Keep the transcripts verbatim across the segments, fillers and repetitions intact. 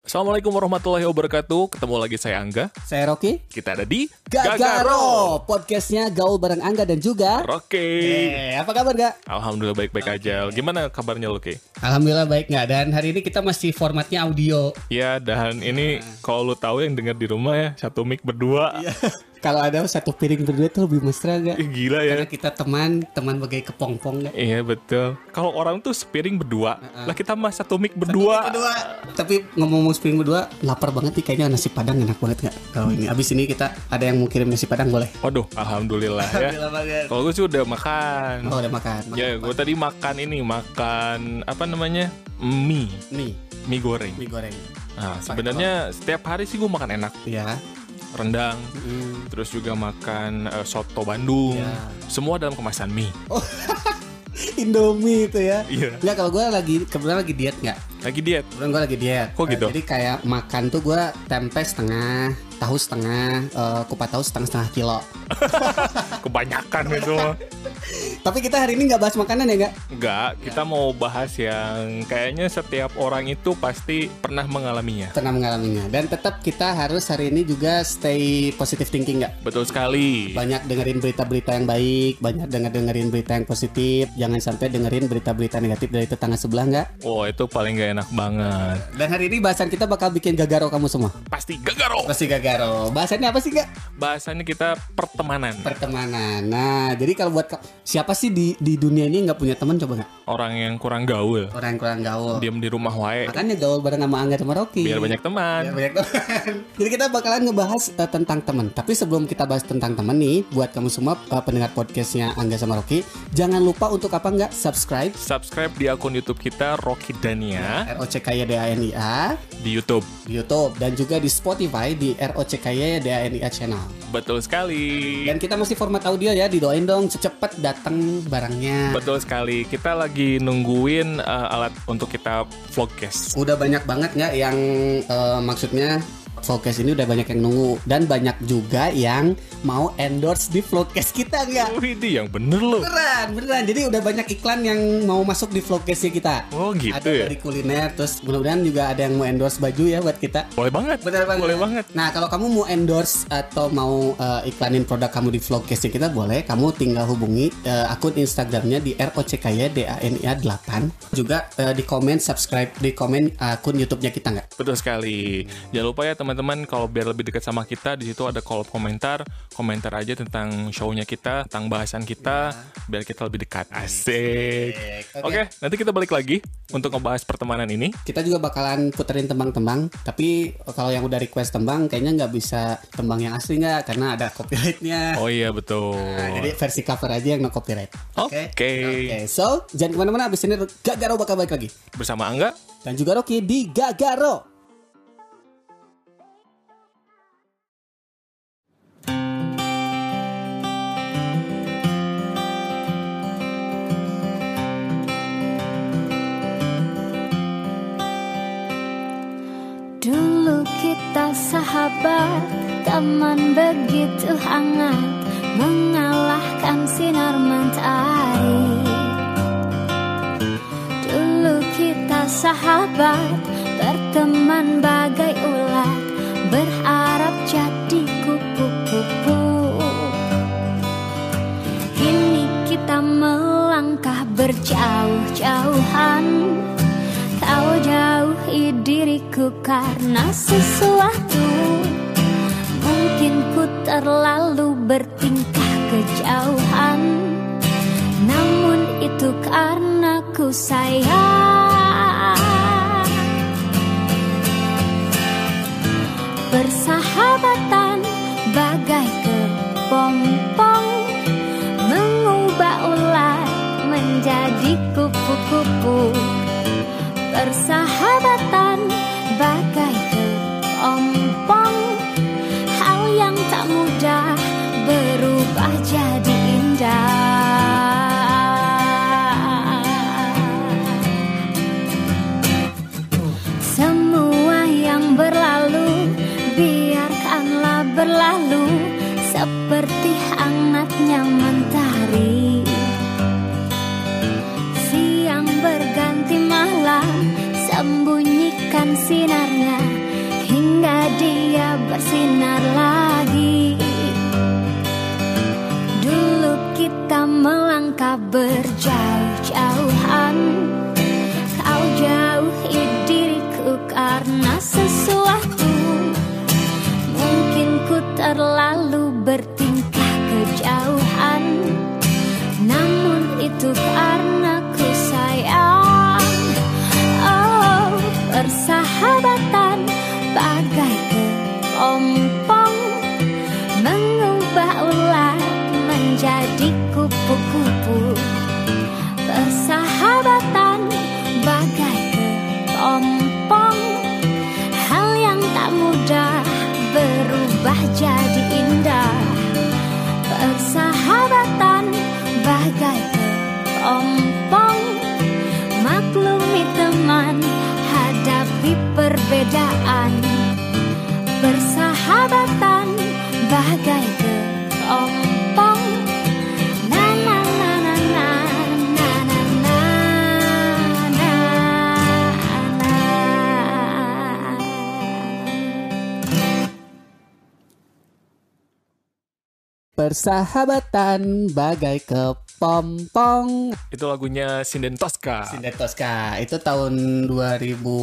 Assalamualaikum warahmatullahi wabarakatuh. Ketemu lagi saya Angga. Saya Rocky. Kita ada di Gagaro, podcastnya gaul bareng Angga dan juga Rocky. Eh, apa kabar Gak? Alhamdulillah baik-baik aja. Gimana kabarnya lu, Ki? Alhamdulillah baik nggak. Dan hari ini kita masih formatnya audio. Ya, dan ini kalau lu tahu yang dengar di rumah ya, satu mic berdua. Kalau ada satu piring berdua itu lebih mesra gak? Ih, gila ya. Karena kita teman, teman bagai kepompong gak? Iya betul. Kalau orang tuh sepiring berdua, lah kita mah satu mic berdua. Berdua. Tapi ngomong-ngomong piring berdua, lapar banget nih kayaknya nasi padang enak banget gak? Kalau ini abis ini kita ada yang mau kirim nasi padang boleh? Waduh, alhamdulillah ya. Alhamdulillah banget. Kalau gue sih udah makan. Oh udah makan. makan Ya, gue tadi makan ini, makan apa namanya? Mie, Mie, mie goreng. mie goreng. Nah, sebenarnya setiap hari sih gue makan enak. Ya. Rendang, Mm. terus juga makan uh, soto Bandung, Ya. semua dalam kemasan mie. Oh, Indomie itu ya. Iya. Enggak, kalau gue lagi kebetulan lagi diet nggak? Lagi diet. Kebetulan gue lagi diet. Kok gitu? Uh, jadi kayak makan tuh gue tempe setengah, tahu setengah, uh, kupat tahu setengah setengah kilo. Kebanyakan itu. Tapi kita hari ini nggak bahas makanan ya nggak? Enggak, kita mau bahas yang kayaknya setiap orang itu pasti pernah mengalaminya. Pernah mengalaminya. Dan tetap kita harus hari ini juga stay positive thinking nggak? Betul sekali. Banyak dengerin berita-berita yang baik, banyak denger dengerin berita yang positif. Jangan sampai dengerin berita-berita negatif dari tetangga sebelah nggak? Oh, itu paling gak enak banget. Dan hari ini bahasan kita bakal bikin gagaro kamu semua. Pasti gagaro. Pasti gagaro. Bahasannya apa sih nggak? Bahasannya kita pertemanan. Pertemanan. Nah, jadi kalau buat ka- siapa sih di di dunia ini nggak punya teman, coba nggak? Orang yang kurang gaul, Orang yang kurang gaul. diam di rumah wae, Makanya gaul bareng sama Angga sama Rocky. biar banyak teman. Biar banyak teman. Jadi kita bakalan ngebahas uh, tentang teman. Tapi sebelum kita bahas tentang teman nih, buat kamu semua uh, pendengar podcastnya Angga sama Rocky, jangan lupa untuk apa nggak subscribe Subscribe di akun YouTube kita Rocky Dania R O C K Y D A N I A di YouTube. di YouTube dan juga di Spotify di R O C K Y D A N I A channel. Betul sekali. Dan kita masih format audio ya, didoain dong cepet datang barangnya. Betul sekali. Kita lagi nungguin uh, alat untuk kita vlogcast. Udah banyak banget nggak yang uh, maksudnya vlogcast ini udah banyak yang nunggu dan banyak juga yang mau endorse di vlogcast kita nggak? Wih, ini yang bener loh. Beneran, beneran. Jadi udah banyak iklan yang mau masuk di vlogcastnya kita. Oh gitu Ada ya. dari kuliner, terus mudah-mudahan juga ada yang mau endorse baju ya buat kita. Boleh banget. Bener banget. Boleh banget. Nah, kalau kamu mau endorse atau mau uh, iklanin produk kamu di vlogcastnya kita, boleh. Kamu tinggal hubungi uh, akun Instagramnya di R O C K Y D A N I A delapan. Juga uh, di komen subscribe di komen akun YouTube-nya kita nggak? Betul sekali. Jangan lupa ya teman-teman, kalau biar lebih dekat sama kita, di situ ada kolom komentar. Komentar aja tentang show-nya kita, tentang bahasan kita, biar kita lebih dekat. Asik. Oke, nanti kita balik lagi untuk ngebahas pertemanan ini. Kita juga bakalan puterin tembang-tembang. Tapi kalau yang udah request tembang, kayaknya nggak bisa tembang yang asli nggak, karena ada copyrightnya. Oh iya betul. Nah, jadi versi cover aja yang no copyright. Oke. Oke, so jangan kemana-mana. Abis ini Gagaro bakal balik lagi. Bersama Angga. Dan juga Rocky di Gagaro. Dulu kita sahabat, teman begitu hangat, mengalahkan sinar mentari. Dulu kita sahabat, berteman bagai ulat, berharap jadi kupu-kupu. Kini kita melangkah berjauh-jauhan, kau jauhi diriku karena sesuatu. Mungkin ku terlalu bertingkah kejauhan, namun itu karena ku sayang. Persahabatan bagai kepompong, mengubah ulat menjadi kupu-kupu. Persahabatan bagai kepompong, hal yang tak mudah berubah jadi indah. Semua yang berlalu biarkanlah berlalu, seperti hangatnya mentari. Siang berganti malam, sembunyikan sinarnya hingga dia bersinar lagi. Dulu kita melangkah berjauh-jauhan, kau jauhi diriku karena sesuatu. Mungkin ku terlalu bertingkah kejauhan, namun itu karena ku sayang. Oh, persahabatan bagai kepompong, mengubah ulat menjadi kupu-kupu. Persahabatan bagai kepompong, hal yang tak mudah berubah jadi indah. Persahabatan bagai kepompong, maklumi teman, hadapi perbedaan. Persahabatan bagai kepompong, na na na na na na na na na na. Persahabatan bagai kepompong. Itu lagunya Sinden Tosca. Sinden Tosca itu tahun dua ribu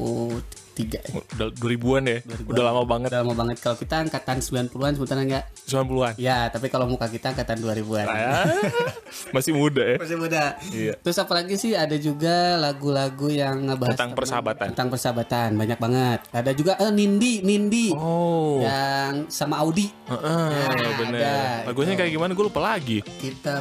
tiga. Udah dua ribuan ya. dua ribuan. Udah lama banget. Udah lama banget. Kalau kita angkatan sembilan puluhan sebutan enggak? sembilan puluhan. Ya, tapi kalau muka kita angkatan dua ribuan. Ah, masih muda ya. Masih muda. Iya. Terus apalagi sih, ada juga lagu-lagu yang ngebahas Tentang persahabatan. Tentang persahabatan, banyak banget. Ada juga eh, Nindi, Nindi. Oh. Yang sama Audi. Heeh, Nah, bener. ada, Lagunya itu. kayak gimana? Gue lupa lagi. Kita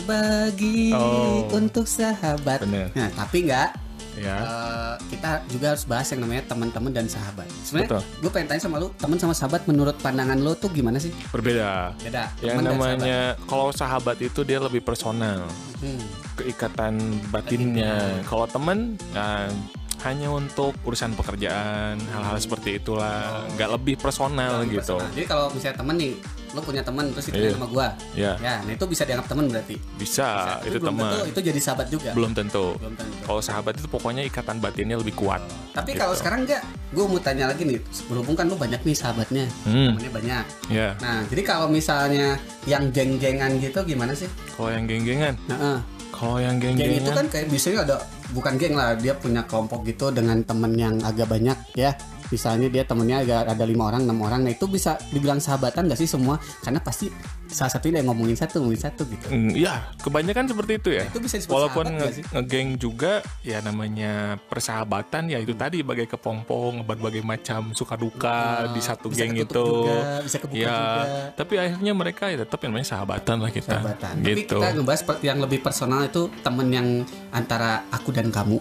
berbagi Oh. untuk sahabat. Bener. Nah, tapi enggak. Ya. Eh, kita juga harus bahas yang namanya teman-teman dan sahabat. Sebenarnya Betul. gue pengen tanya sama lu, teman sama sahabat menurut pandangan lu tuh gimana sih? Berbeda. Beda. Yang teman dan namanya kalau sahabat itu dia lebih personal, sahabat. Hmm. keikatan batinnya. Kalau teman ya, hanya untuk urusan pekerjaan, hal-hal seperti itulah, nggak lebih personal Lebih gitu. personal. Jadi kalau misalnya temen nih, lu punya teman terus itu Iya. sama gua, Ya, ya, nah itu bisa dianggap teman berarti. bisa, Tapi itu belum teman. tentu itu jadi sahabat juga. Belum tentu. Belum tentu. Kalau sahabat itu pokoknya ikatan batinnya lebih kuat. Tapi gitu. kalau sekarang enggak, gue mau tanya lagi nih, berhubung kan lu banyak nih sahabatnya, Hmm. temennya banyak. Ya, Nah, jadi kalau misalnya yang geng-gengan gitu gimana sih? kalau yang geng-gengan, Nah, eh. kalau yang geng itu geng-gengan, kan kayak biasanya ada, bukan geng lah, dia punya kelompok gitu dengan temen yang agak banyak ya. Misalnya dia temennya agak ada lima orang, enam orang, nah itu bisa dibilang sahabatan nggak sih semua? Karena pasti salah satunya yang ngomongin satu, ngomongin satu gitu. Mm, ya, kebanyakan seperti itu ya. Nah, itu bisa disebut Walaupun sahabat nggak nge- sih? ngegeng juga, ya namanya persahabatan ya itu tadi bagai kepompong, berbagai macam suka duka Ah, di satu bisa geng ketutup itu. juga, bisa kebuka Ya, juga. tapi akhirnya mereka ya tetap yang namanya sahabatan lah kita. Sahabatan. Tapi Gitu. kita ngebahas per- yang lebih personal itu temen yang antara aku dan kamu.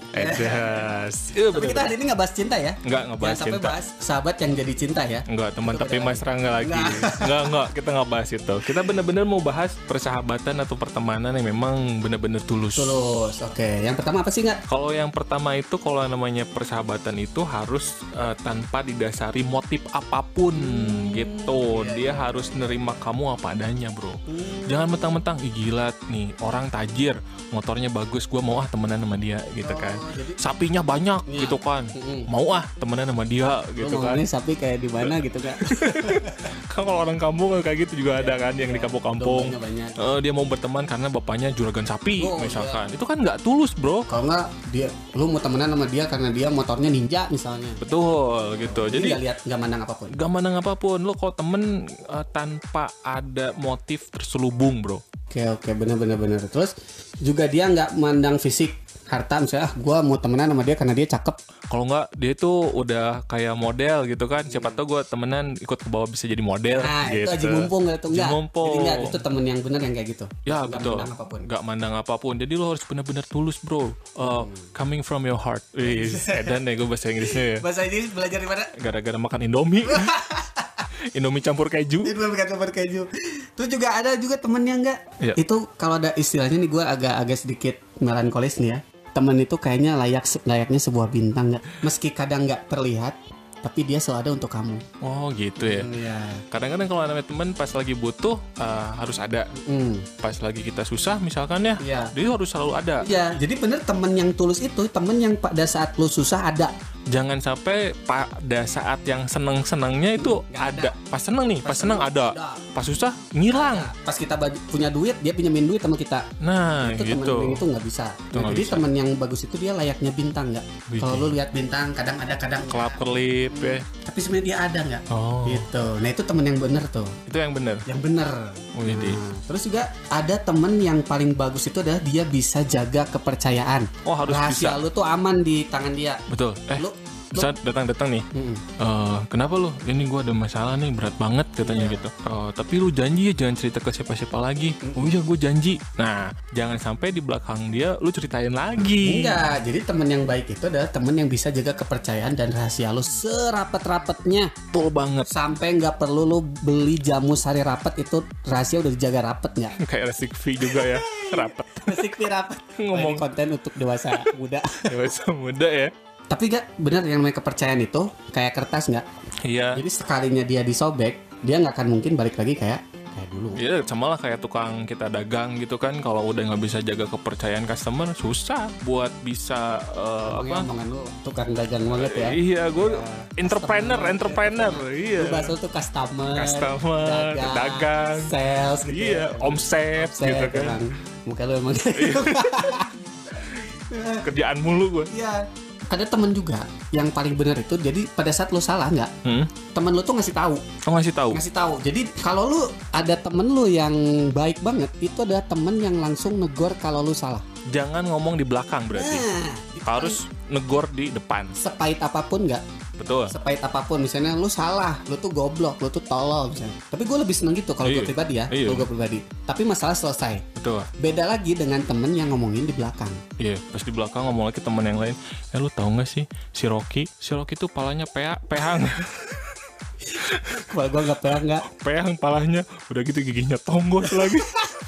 Edas. Iya, Tapi kita bener-bener. hari ini nggak bahas cinta ya? Nggak ngebahas Jangan sampai cinta. bahas sahabat yang jadi cinta ya. Enggak teman, Itu tapi beda Mas lagi. Rangga lagi. Nggak. Enggak, enggak, kita nggak bahas itu. Kita benar-benar mau bahas persahabatan atau pertemanan yang memang benar-benar tulus. Tulus. Oke, yang pertama apa sih nggak? Kalau yang pertama itu, kalau yang namanya persahabatan itu harus eh, tanpa didasari motif apapun gitu. Dia harus nerima kamu apa adanya, bro. Jangan mentang-mentang, ih gila nih orang tajir, motornya bagus, gua mau ah temenan sama dia gitu kan. jadi- Sapinya banyak Iya. gitu kan, Mm-mm. mau ah temenan sama dia Lu gitu kan. ngomongnya sapi kayak di mana gitu kak? Kan kalau orang kampung kayak gitu juga ada kan yang di kampung-kampung. Dombanya banyak. Eh, dia mau berteman karena bapaknya juragan sapi Oh, misalkan. Itu kan nggak tulus, bro. Kalau nggak dia, lu mau temenan sama dia karena dia motornya ninja misalnya. Betul gitu. Jadi Jadi nggak lihat, nggak mandang apapun. gak mandang apapun. Lo kalau temen eh, tanpa ada motif terselubung, bro. Oke oke, bener bener bener. Terus juga dia nggak mandang fisik, harta misalnya. Ah, gua mau temenan sama dia karena dia cakep. Kalau nggak, dia tuh udah kayak model gitu kan. Siapa tau gue temenan ikut ke bawah bisa jadi model Nah gitu. itu aja mumpung gitu Aji enggak. mumpung. Jadi enggak, itu temen yang bener yang kayak gitu. Ya Nggak betul. mandang apapun. Gak mandang apapun. Jadi lo harus benar-benar tulus, bro. Uh, Coming from your heart. Wih, edan deh gue bahasa Inggrisnya ya. Bahasa Inggris belajar di mana? Gara-gara makan Indomie. Indomie campur keju. Itu bukan kabar keju. Terus juga ada juga temen yang enggak. Iya. Itu kalau ada istilahnya nih, gue agak-agak sedikit melankolis nih ya. Temen itu kayaknya layak layaknya sebuah bintang nggak? Meski kadang nggak terlihat, tapi dia selalu ada untuk kamu. Oh gitu ya. Iya. Kadang-kadang kalau namanya teman pas lagi butuh uh, harus ada. Mm. Pas lagi kita susah misalkan ya, Iya. dia harus selalu ada. Iya, jadi bener temen yang tulus itu temen yang pada saat lu susah ada. Jangan sampai pada saat yang seneng-senengnya itu Nggak ada. ada. Pas seneng nih, pas, Pas seneng seneng ada. ada. Pas susah ngilang. Pas kita bagi- punya duit, dia pinjemin duit sama kita. Nah, Itu temen gitu. yang itu nggak bisa. Itu Nah, nggak jadi bisa. temen yang bagus itu dia layaknya bintang nggak? Wih. Kalau lu lihat bintang, kadang ada, kadang nggak. Kelap kelip ya. Tapi sebenarnya dia ada nggak? Oh, Gitu. Nah itu temen yang bener tuh, itu yang benar. yang bener. Wih, di. Nah, terus juga ada temen yang paling bagus itu adalah dia bisa jaga kepercayaan. Oh, harus Rahasia bisa. lu tuh aman di tangan dia. Betul. Eh, Lu, bisa datang-datang nih. Mm-mm. Eh, kenapa lu? Ini gua ada masalah nih, berat banget katanya Iya. gitu. Eh, tapi lu janji ya jangan cerita ke siapa-siapa lagi. Oh iya, gue janji. Nah, jangan sampai di belakang dia lu ceritain lagi. Enggak, jadi temen yang baik itu adalah temen yang bisa jaga kepercayaan dan rahasia lu serapet-rapetnya. Betul banget. Sampai nggak perlu lu beli jamu sari rapet, itu rahasia udah dijaga rapet nggak? Kayak resik V juga ya. Rapet. Resik rapet. Ngomong. Ini konten untuk dewasa muda. Dewasa muda ya. Tapi gak bener yang namanya kepercayaan itu kayak kertas nggak? Iya. Jadi sekalinya dia disobek, dia nggak akan mungkin balik lagi kayak kayak dulu. Iya, sama lah kayak tukang kita dagang gitu kan. Kalau udah nggak bisa jaga kepercayaan customer, susah buat bisa eh, Ngomongnya apa? omongan lu tukang dagang banget ya. Iya, gue entrepreneur, Customer, entrepreneur. Iya. Lu bahasa lu tuh customer, Customer, dagang, sales gitu. Iya, omset Omset, gitu kan. emang. Muka lu emang Kerjaan mulu gue. Iya. Ada temen juga yang paling benar itu, jadi pada saat lu salah nggak, Hmm? temen lu tuh ngasih tahu, Oh, ngasih tahu. ngasih tahu. Jadi kalau lu ada temen lu yang baik banget, itu adalah temen yang langsung negor kalau lu salah. Jangan ngomong di belakang berarti. Nah, itu Harus negor di depan. sepahit apapun nggak, Betul. sepahit apapun, misalnya lu salah, lu tuh goblok, lu tuh tolol misalnya. Tapi gue lebih seneng gitu kalau gue Iya. pribadi ya, Iya. kalau gue pribadi. Tapi masalah selesai. Betul. Beda lagi dengan temen yang ngomongin di belakang. Iya, pas di belakang ngomong lagi teman yang lain. Eh, lu tahu nggak sih si Rocky? Si Rocky tuh palanya pea, pehang. Kalau gue nggak pernah nggak. Pehang palanya. Udah gitu giginya tonggos lagi.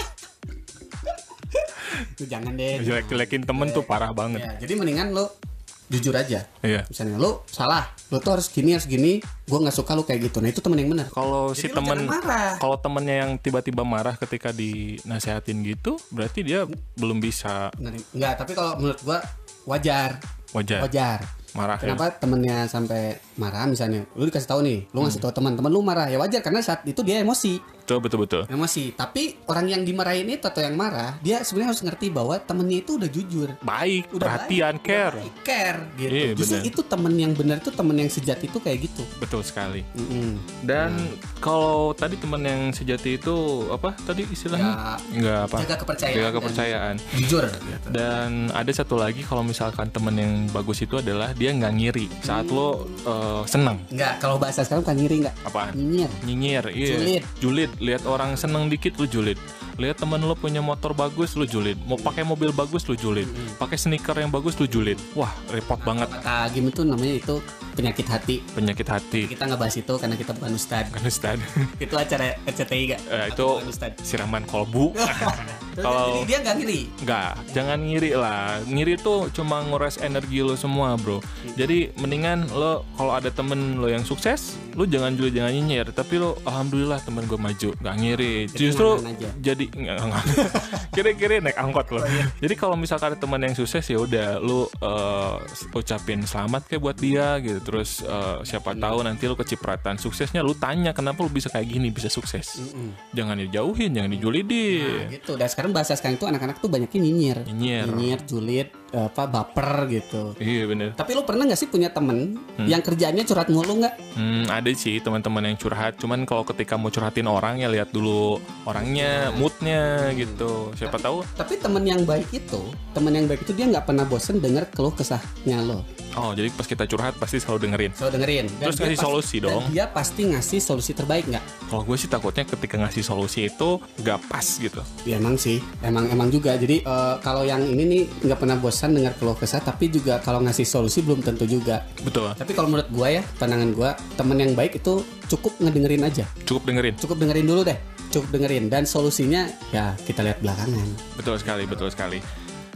Itu jangan deh. Jelek-jelekin temen tuh parah banget. Ya, jadi mendingan lu jujur aja. Iya. Misalnya lu salah, lu tuh harus gini harus gini. Gue nggak suka lu kayak gitu. Nah itu temen yang benar. Kalau si Jadi lu temen, jangan marah. kalau temennya yang tiba-tiba marah ketika dinasehatin gitu, berarti dia belum bisa Enggak, tapi kalau menurut gue wajar. wajar, Wajar. marah ya. Kenapa temennya sampai marah misalnya? Lu dikasih tahu nih, lu ngasih tahu teman-teman lu marah, ya wajar karena saat itu dia emosi. Betul, betul, betul. Emosi. Tapi orang yang dimarahin itu atau yang marah, dia sebenarnya harus ngerti bahwa temennya itu udah jujur. Baik, Udah perhatian, baik, care. udah baik, care gitu. Iya, Justru benar. itu temen yang benar itu temen yang sejati itu kayak gitu. Betul sekali. Mm-mm. Dan kalau tadi teman yang sejati itu apa tadi istilahnya? Ya, Enggak apa? jaga kepercayaan Jaga dan- kepercayaan. Jujur. Gitu. Dan ada satu lagi kalau misalkan temen yang bagus itu adalah dia nggak ngiri saat lo uh, seneng. Enggak, kalau bahasa sekarang kan ngiri enggak? Apaan? Nyinyir. Nyinyir, iya. Julid. Julid. Lihat orang seneng dikit lu julid. Lihat temen lo punya motor bagus lu julid. Mau pakai mobil bagus lu julid. Pakai sneaker yang bagus lu julid. Wah, repot banget. Kata Agim itu namanya itu penyakit hati. Penyakit hati. Kita nggak bahas itu karena kita bukan ustad. Kan Ustad. Itu acara R C T I gak? Eh, itu Bukan ustad. siraman kolbu. Terus Kalau- jadi dia nggak ngiri. Enggak, jangan ngiri lah. Ngiri tuh cuma nguras energi lo semua, bro. Jadi mendingan lo kalau ada temen lo yang sukses, lo jangan juga jangan nyinyir. Tapi lo, alhamdulillah temen gue maju, nggak ngiri. Jadi Justru nganan aja. jadi nggak nggak. Kira-kira naik angkot lo. Jadi kalau misalkan ada teman yang sukses ya udah lo uh, ucapin selamat kayak buat dia gitu. Terus uh, siapa tahu nanti lo kecipratan suksesnya, lo tanya kenapa lo bisa kayak gini, bisa sukses. Jangan dijauhin, jangan dijulidin. Nah, gitu. Dan sekarang bahasa sekarang itu anak-anak tuh banyaknya nyinyir. Nyinyir. julid, apa baper gitu. Iya bener. Tapi lu pernah nggak sih punya temen yang kerjaannya curhat mulu nggak? Hmm, ada sih teman-teman yang curhat. Cuman kalau ketika mau curhatin orang ya lihat dulu orangnya, moodnya gitu. Siapa tahu. Tapi temen yang baik itu, temen yang baik itu dia nggak pernah bosen denger keluh kesahnya lo. Oh, jadi pas kita curhat pasti selalu dengerin. Selalu dengerin. Dan Terus dia ngasih pasti- solusi dan dong. dia pasti ngasih solusi terbaik nggak? Kalau gue sih takutnya ketika ngasih solusi itu gak pas gitu. Ya emang sih, emang emang juga. Jadi eh, kalau yang ini nih nggak pernah bosan dengar keluh kesah, tapi juga kalau ngasih solusi belum tentu juga. Betul. Tapi kalau menurut gua ya, pandangan gua, temen yang baik itu cukup ngedengerin aja. Cukup dengerin. Cukup dengerin dulu deh. Cukup dengerin dan solusinya ya kita lihat belakangan. Betul sekali, betul sekali.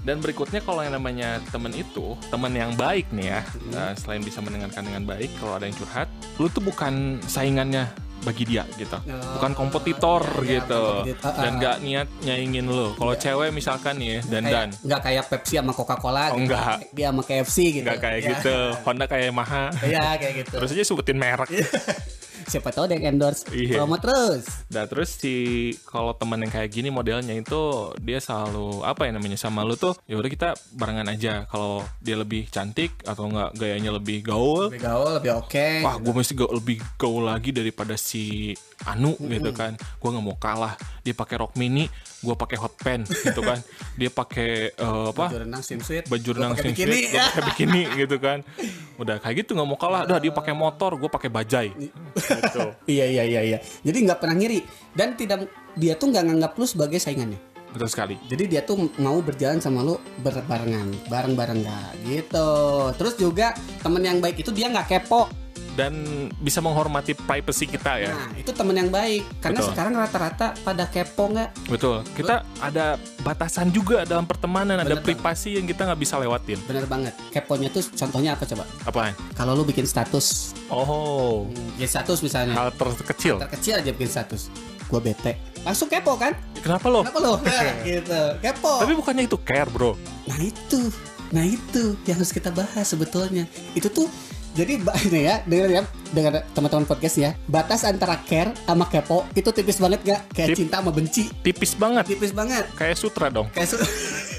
Dan berikutnya kalau yang namanya temen itu, temen yang baik nih ya, hmm. uh, selain bisa mendengarkan dengan baik, kalau ada yang curhat, lu tuh bukan saingannya bagi dia gitu, oh, bukan kompetitor ya, gitu, ya, dan nggak niat nyaingin lo. Kalau ya. Cewek misalkan nih, ya, dandan, nggak kayak Pepsi sama Coca-Cola, oh, gitu. Enggak, dia sama K F C gitu, nggak kayak ya. gitu, Honda kayak Yamaha, ya kayak gitu. Terus aja sebutin merek. Siapa tahu ada yang endorse, iya. promo terus. Nah terus si kalau teman yang kayak gini modelnya itu dia selalu apa ya namanya sama lu tuh, ya udah kita barengan aja. Kalau dia lebih cantik atau enggak gayanya lebih gaul, lebih gaul lebih oke. Okay, wah gitu. Gue mesti gaul, lebih gaul lagi daripada si Anu mm-hmm. gitu kan. Gue nggak mau kalah. Dia pakai rok mini, gue pakai hot pants gitu kan. Dia pakai uh, apa? Baju renang swimsuit. Baju renang swimsuit. Gue pakai bikini gitu kan. Udah kayak gitu nggak mau kalah. Udah dia pakai motor, gue pakai bajai. Gitu. Iya iya iya iya. Jadi nggak pernah ngiri dan tidak dia tuh nggak nganggap lu sebagai saingannya. Betul sekali. Jadi dia tuh mau berjalan sama lu berbarengan, bareng-bareng nggak gitu. Terus juga temen yang baik itu dia nggak kepo dan bisa menghormati privacy kita ya. Nah itu temen yang baik karena betul. Sekarang rata-rata pada kepo nggak? Betul. Kita betul. Ada batasan juga dalam pertemanan, bener ada privasi yang kita nggak bisa lewatin. Bener banget. Keponya tuh contohnya apa coba? Apaan? Kalau lu bikin status. Oh. Ya status misalnya. Hal terkecil. Hal terkecil aja bikin status. Gua bete. Langsung kepo kan? Kenapa lo? Kenapa lo? Nah, gitu. Kepo. Tapi bukannya itu care bro? Nah itu, nah itu yang harus kita bahas sebetulnya. Itu tuh. Jadi ini ya, dengar ya, dengar teman-teman podcast ya. Batas antara care sama kepo itu tipis banget gak? Kayak Tip, cinta sama benci. Tipis banget. Tipis banget. Kayak sutra dong. Kayak sutra.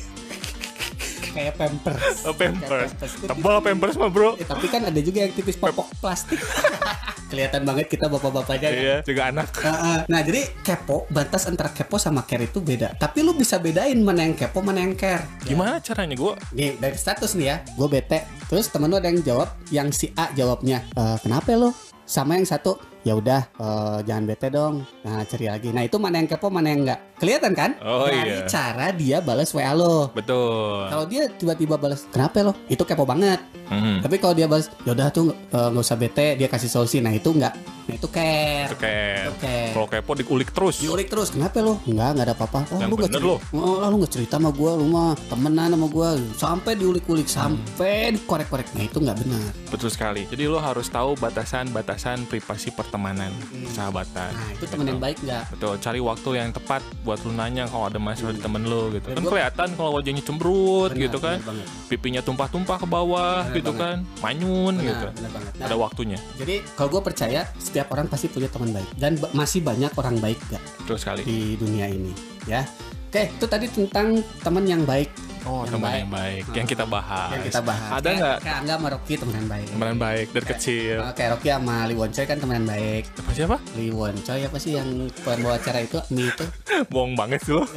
Kayak pampers. Oh, pampers. Tebal pampers mah bro. Ya, tapi kan ada juga yang tipis popok plastik. Kelihatan banget kita bapak-bapaknya. Iya, juga anak. Uh, uh. Nah jadi kepo, batas antara kepo sama care itu beda. Tapi lu bisa bedain mana yang kepo, mana yang care. Gimana ya. Caranya gue? Nih dari status nih ya, gue bete. Terus temen lu ada yang jawab, yang si A jawabnya, e, kenapa lo? Sama yang satu, ya udah uh, jangan bete dong. Nah ceria lagi. Nah itu mana yang kepo, mana yang enggak. Kelihatan kan? Oh dari iya. cara dia balas W A lo. Betul. Kalau dia tiba-tiba balas, kenapa lo? Itu kepo banget. Mm-hmm. Tapi kalau dia balas, ya udah tuh nggak uh, usah bete, dia kasih solusi. Nah itu enggak. Nah itu care. Itu care. care. Kalau kepo dikulik terus. Diulik terus. Kenapa lo? Enggak, enggak ada apa-apa. Oh, yang lu bener lo. Oh, lu enggak cerita sama gue, lu mah temenan sama gue. Sampai diulik-ulik, sampai hmm. dikorek-korek. Nah itu enggak benar. Betul sekali. Jadi lo harus tahu batasan-batasan privasi pertemanan, hmm. persahabatan. Nah itu gitu. teman yang baik enggak? Betul. Cari waktu yang tepat buat lu nanya kalau ada masalah hmm. di temen lo gitu. Dan kan gua... kelihatan kalau wajahnya cemberut benar, gitu kan. Pipinya tumpah-tumpah ke bawah benar gitu banget. Kan. Manyun benar, gitu. Benar nah, ada waktunya. Jadi kalau gue percaya setiap orang pasti punya teman baik dan b- masih banyak orang baik gak Betul sekali di dunia ini ya. Oke itu tadi tentang teman yang baik. Oh teman yang baik oh. yang kita bahas. Yang kita bahas. Ada nggak? Kayak Angga sama Rocky teman yang baik. Teman baik dari kayak, kecil. Kayak Rocky sama Liwon Choi kan teman yang baik. Apa siapa? Liwon Choi apa sih yang pembawa acara itu? Mi itu. Bohong banget sih lo.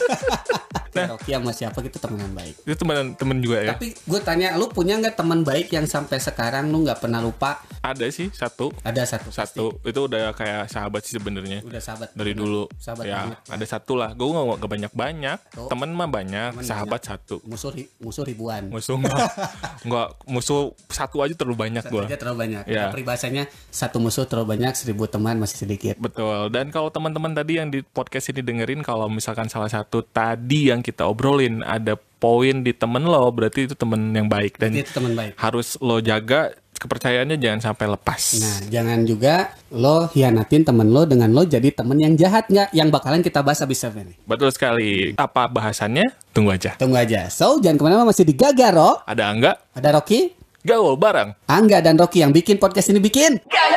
Nah, Rocky sama siapa gitu teman baik. Itu teman-teman juga ya. Tapi gue tanya, lu punya nggak teman baik yang sampai sekarang lu nggak pernah lupa? Ada sih satu. Ada satu. Satu. Pasti. Itu udah kayak sahabat sih sebenarnya. Udah sahabat. Dari bener. dulu. Sahabat ya. banget. Ada satu lah. Gue nggak nggak banyak banyak. Oh. Temen mah banyak. Temen sahabat banyak. Satu. Musuh musuh ribuan. Musuh nggak. Nggak musuh satu aja terlalu banyak gue. Satu aja terlalu banyak. Ya. Peribahasanya satu musuh terlalu banyak, seribu teman masih sedikit. Betul. Dan kalau teman-teman tadi yang di podcast ini dengerin, kalau misalkan salah satu tadi yang kita obrolin ada poin di temen lo, berarti itu temen yang baik dan itu temen baik. Harus lo jaga kepercayaannya, jangan sampai lepas. Nah, jangan juga lo hianatin temen lo dengan lo jadi temen yang jahat nggak, yang bakalan kita bahas abis ini. Betul sekali. Apa bahasannya? Tunggu aja. Tunggu aja. So, jangan kemana-mana, masih di Gagaro. Ada Angga. Ada Rocky. Gaul bareng Angga dan Rocky yang bikin podcast ini bikin.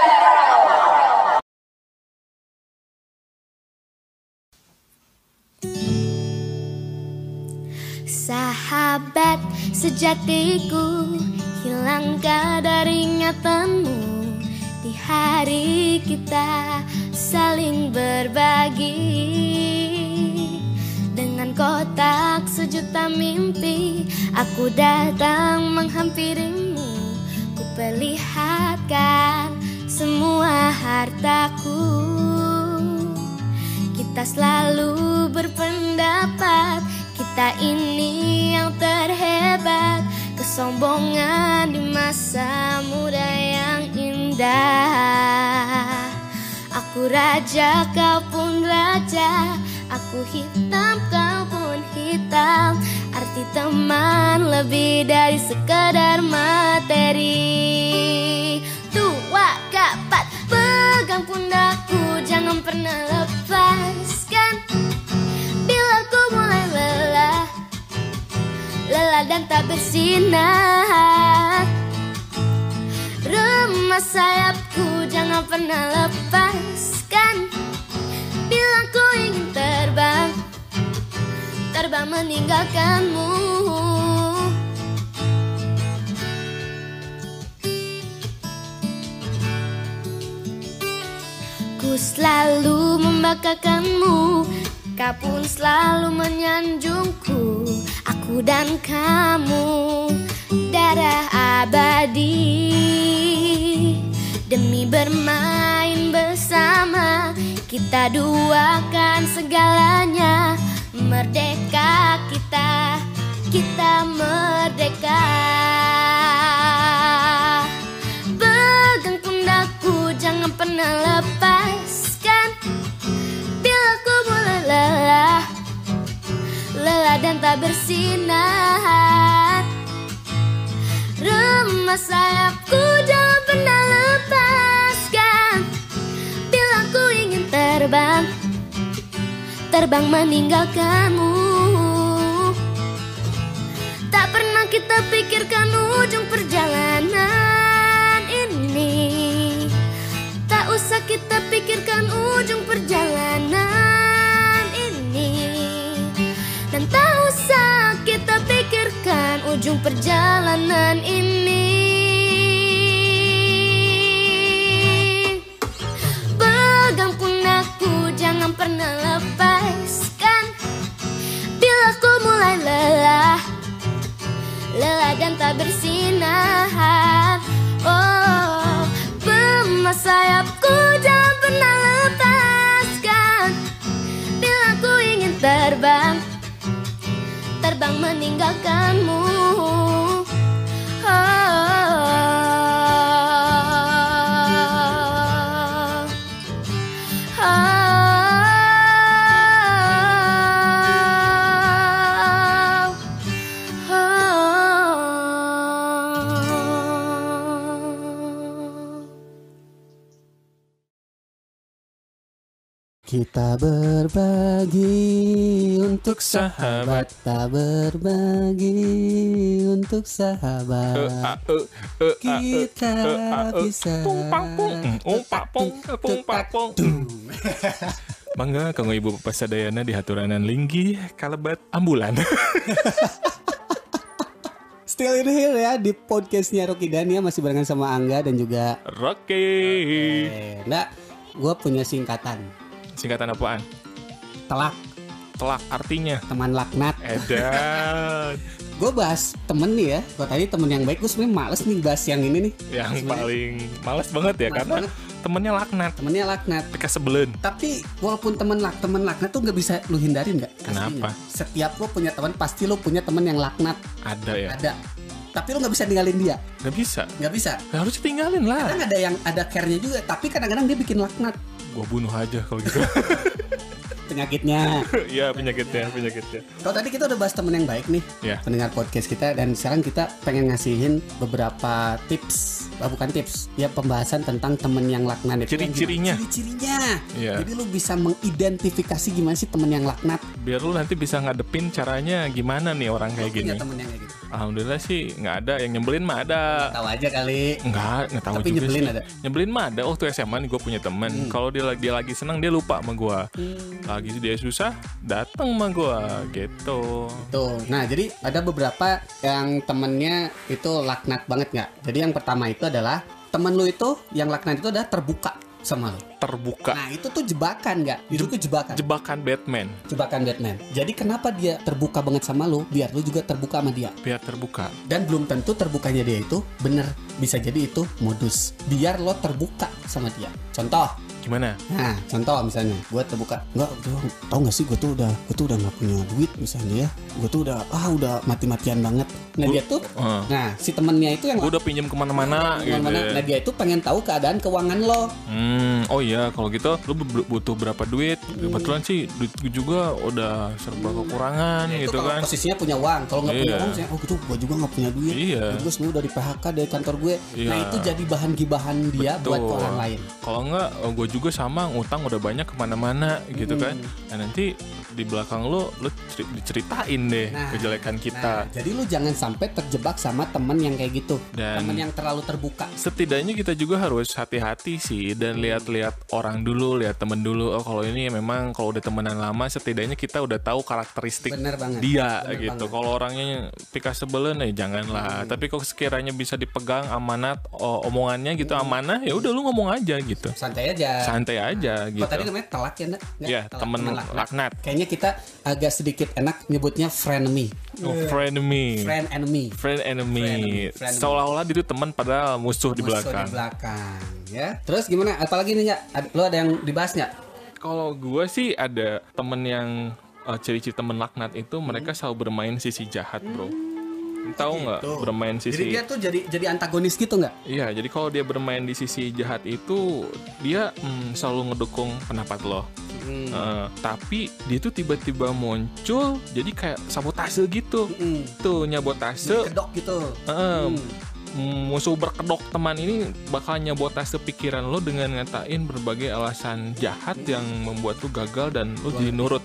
Sahabat sejatiku, hilang kadar ingatanmu di hari kita saling berbagi. Dengan kotak sejuta mimpi, aku datang menghampirimu. Ku perlihatkan semua hartaku. Kita selalu berpendapat kita ini yang terhebat, kesombongan di masa muda yang indah. Aku raja, kau pun raja, Aku hitam, kau pun hitam. Arti teman lebih dari sekedar materi. Tua kapat, pegang pundakku, jangan pernah lepaskan. Bila ku mulai lelah, lelah dan tak bersinar, remas sayapku, jangan pernah lepaskan. Bila ku ingin terbang, terbang meninggalkanmu. Ku selalu membanggakanmu, kau pun selalu menyanjungku. Aku dan kamu darah abadi. Demi bermain bersama, kita duakan segalanya. Merdeka kita, kita merdeka. Pegang pundakku, jangan pernah lepaskan. Bila ku mulai lelah, lelah dan tak bersinar, remas sayapku, jangan pernah lepaskan. Bila ku ingin terbang, terbang meninggalkanmu. Tak pernah kita pikirkan ujung perjalanan ini. Tak usah kita pikirkan ujung perjalanan ini. Dan tak usah kita pikirkan ujung perjalanan ini. Pegang pundakku, jangan pernah lepaskan. Bila ku mulai lelah, lelah dan tak bersinar, oh, remas sayapku, jangan pernah lepaskan. Bila ku ingin terbang, terbang meninggalkanmu. Kita berbagi untuk sahabat, tak berbagi untuk sahabat. Kita bisa. Mangga kanggo ibu bapak sadayana di haturanan linggi kalebat ambulan. Still in here ya di podcastnya Rocky Dania, masih barengan sama Angga dan juga Rocky. Nah, gue punya singkatan. Singkatan apaan? Telak. Telak artinya Teman laknat. Edan. Gue bahas temen nih ya. Gue tadi temen yang baik. Gue sebenarnya males nih bahas yang ini nih. Yang Sebenernya paling males banget ya, males karena banget. temennya laknat. Temennya laknat. Peka sebelen. Tapi walaupun temen lak temen laknat tuh nggak bisa lu hindarin nggak? Kenapa? Setiap lu punya teman pasti lu punya temen yang laknat. Ada ya? Ada. Tapi lu nggak bisa ninggalin dia. Gak bisa. Nggak bisa. Gak harus tinggalin lah. Kadang ada yang ada care-nya juga. Tapi kadang-kadang dia bikin laknat. Gua bunuh aja kalau gitu. Penyakitnya. Iya, penyakitnya, penyakitnya. Kalau tadi kita udah bahas temen yang baik nih, Ya. pendengar podcast kita, dan sekarang kita pengen ngasihin beberapa tips, ah, bukan tips, ya pembahasan tentang temen yang laknat itu. Ciri-cirinya. Ciri-cirinya. Iya. Jadi lu bisa mengidentifikasi gimana sih temen yang laknat. Biar lu nanti bisa ngadepin caranya gimana nih orang kayak Lu punya gini. temen yang kayak gitu. Alhamdulillah sih nggak ada. Yang nyebelin mah ada. Tahu aja kali. Enggak, nggak tahu Tapi juga nyebelin sih. ada? Nyebelin mah ada. Waktu S M A nih gue punya temen. Hmm. Kalau dia lagi dia lagi senang dia lupa sama gue. Lagi dia susah datang sama gue gitu. Tuh, nah jadi ada beberapa yang temennya itu laknat banget nggak? Jadi yang pertama itu adalah temen lu itu yang laknat itu adalah terbuka sama lu. Terbuka. Nah itu tuh jebakan nggak? Itu tuh jebakan. Jebakan Batman. Jebakan Batman. Jadi kenapa dia terbuka banget sama lu? Biar lu juga terbuka sama dia. Biar terbuka. Dan belum tentu terbukanya dia itu bener. Bisa jadi itu modus. Biar lo terbuka sama dia. Contoh. Gimana? Nah, contoh misalnya, gue terbuka, nggak, tau nggak sih, gue tuh udah, gue tuh udah nggak punya duit misalnya ya, gue tuh udah, ah udah mati-matian banget. Nah dia tuh, uh. nah si temennya itu yang, gue udah pinjam kemana-mana, gitu. Nah dia itu pengen tahu keadaan keuangan lo. Hmm, oh iya, kalau gitu, lo butuh berapa duit? Hmm. Kebetulan sih, duit gue juga udah serba kekurangan, nah, gitu kan. Posisinya punya uang, kalau nggak iya. punya uang, saya, oh gitu, gue juga nggak punya duit. Iya. Gue semua udah di P H K dari kantor gue. Iya. Nah itu jadi bahan gibahan dia. Betul. Buat ke orang lain. Kalau enggak, gue juga sama ngutang udah banyak kemana-mana gitu hmm. kan. Nah nanti di belakang lo, lo diceritain deh nah, kejelekan kita. Nah, jadi lo jangan sampai terjebak sama temen yang kayak gitu, temen yang terlalu terbuka. Setidaknya kita juga harus hati-hati sih dan lihat-lihat orang dulu, lihat temen dulu. Oh kalau ini memang kalau udah temenan lama, setidaknya kita udah tahu karakteristik dia Bener gitu. Kalau orangnya pika sebelen, ya janganlah. Hmm. Tapi kalau sekiranya bisa dipegang amanat oh, omongannya gitu hmm. amanah, ya udah lu ngomong aja gitu. Santai aja. Santai aja nah, gitu. Kok tadi namanya telak ya, enggak? Iya, temen laknat. laknat. Kayaknya kita agak sedikit enak nyebutnya frenemy. Oh, frenemy. Friend enemy. Friend enemy. Seolah-olah itu teman padahal musuh, musuh di belakang. Musuh di belakang, ya. Terus gimana? Apalagi nih, Nyak? Lo ada yang dibahas nggak? Kalau gue sih ada temen yang uh, ciri-ciri temen laknat itu hmm. mereka selalu bermain sisi jahat, bro. Tahu nggak gitu. Bermain sisi? Jadi dia tuh jadi jadi antagonis gitu nggak? Iya, jadi kalau dia bermain di sisi jahat itu dia hmm, selalu ngedukung pendapat lo. Hmm. Uh, tapi dia tuh tiba-tiba muncul jadi kayak sabotase gitu. Hmm. Tuh nyabotase. Kedok gitu. Uh, hmm. Musuh berkedok teman ini bakal nyabotase pikiran lo dengan ngatain berbagai alasan jahat hmm. yang membuat lo gagal dan lo jadi nurut.